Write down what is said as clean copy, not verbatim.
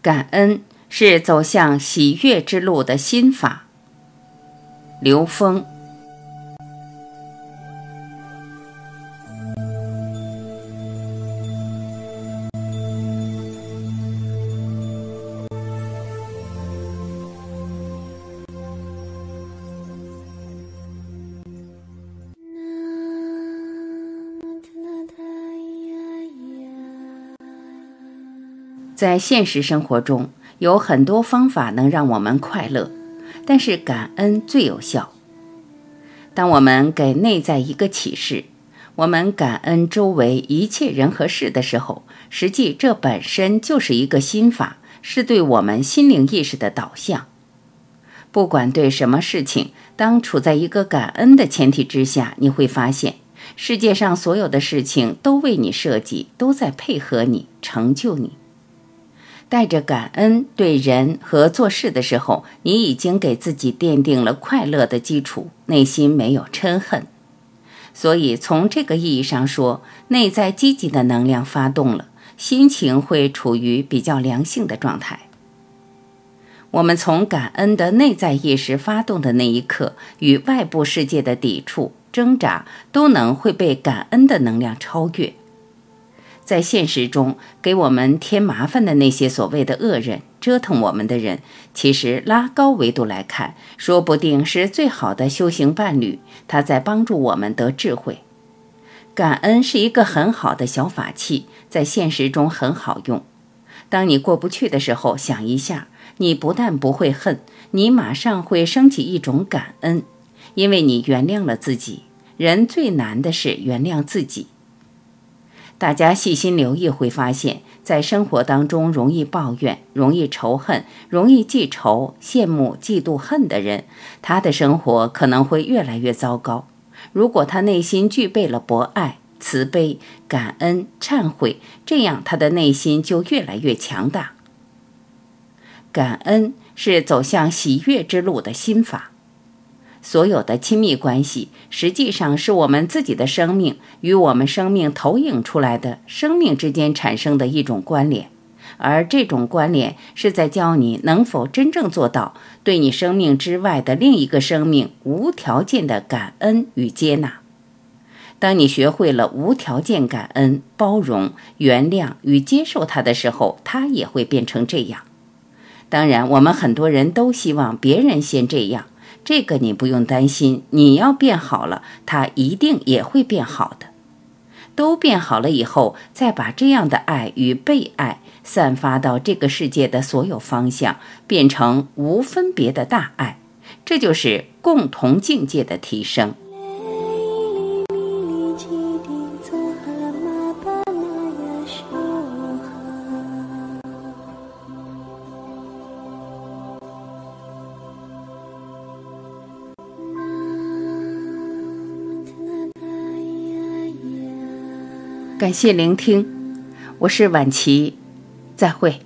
感恩是走向喜悦之路的心法。刘峰。在现实生活中，有很多方法能让我们快乐，但是感恩最有效。当我们给内在一个启示，我们感恩周围一切人和事的时候，实际这本身就是一个心法，是对我们心灵意识的导向。不管对什么事情，当处在一个感恩的前提之下，你会发现世界上所有的事情都为你设计，都在配合你，成就你。带着感恩对人和做事的时候，你已经给自己奠定了快乐的基础，内心没有嗔恨。所以从这个意义上说，内在积极的能量发动了，心情会处于比较良性的状态。我们从感恩的内在意识发动的那一刻，与外部世界的抵触、挣扎都能会被感恩的能量超越。在现实中给我们添麻烦的那些所谓的恶人，折腾我们的人，其实拉高维度来看，说不定是最好的修行伴侣，他在帮助我们得智慧。感恩是一个很好的小法器，在现实中很好用。当你过不去的时候，想一下，你不但不会恨，你马上会升起一种感恩，因为你原谅了自己。人最难的是原谅自己。大家细心留意会发现，在生活当中容易抱怨、容易仇恨、容易记仇、羡慕、嫉妒、恨的人，他的生活可能会越来越糟糕。如果他内心具备了博爱、慈悲、感恩、忏悔，这样他的内心就越来越强大。感恩是走向喜悦之路的心法。所有的亲密关系实际上是我们自己的生命与我们生命投影出来的生命之间产生的一种关联，而这种关联是在教你能否真正做到对你生命之外的另一个生命无条件的感恩与接纳。当你学会了无条件感恩、包容、原谅与接受它的时候，它也会变成这样。当然，我们很多人都希望别人先这样，这个你不用担心，你要变好了，它一定也会变好的。都变好了以后，再把这样的爱与被爱散发到这个世界的所有方向，变成无分别的大爱，这就是共同境界的提升。感谢聆听，我是婉琪，再会。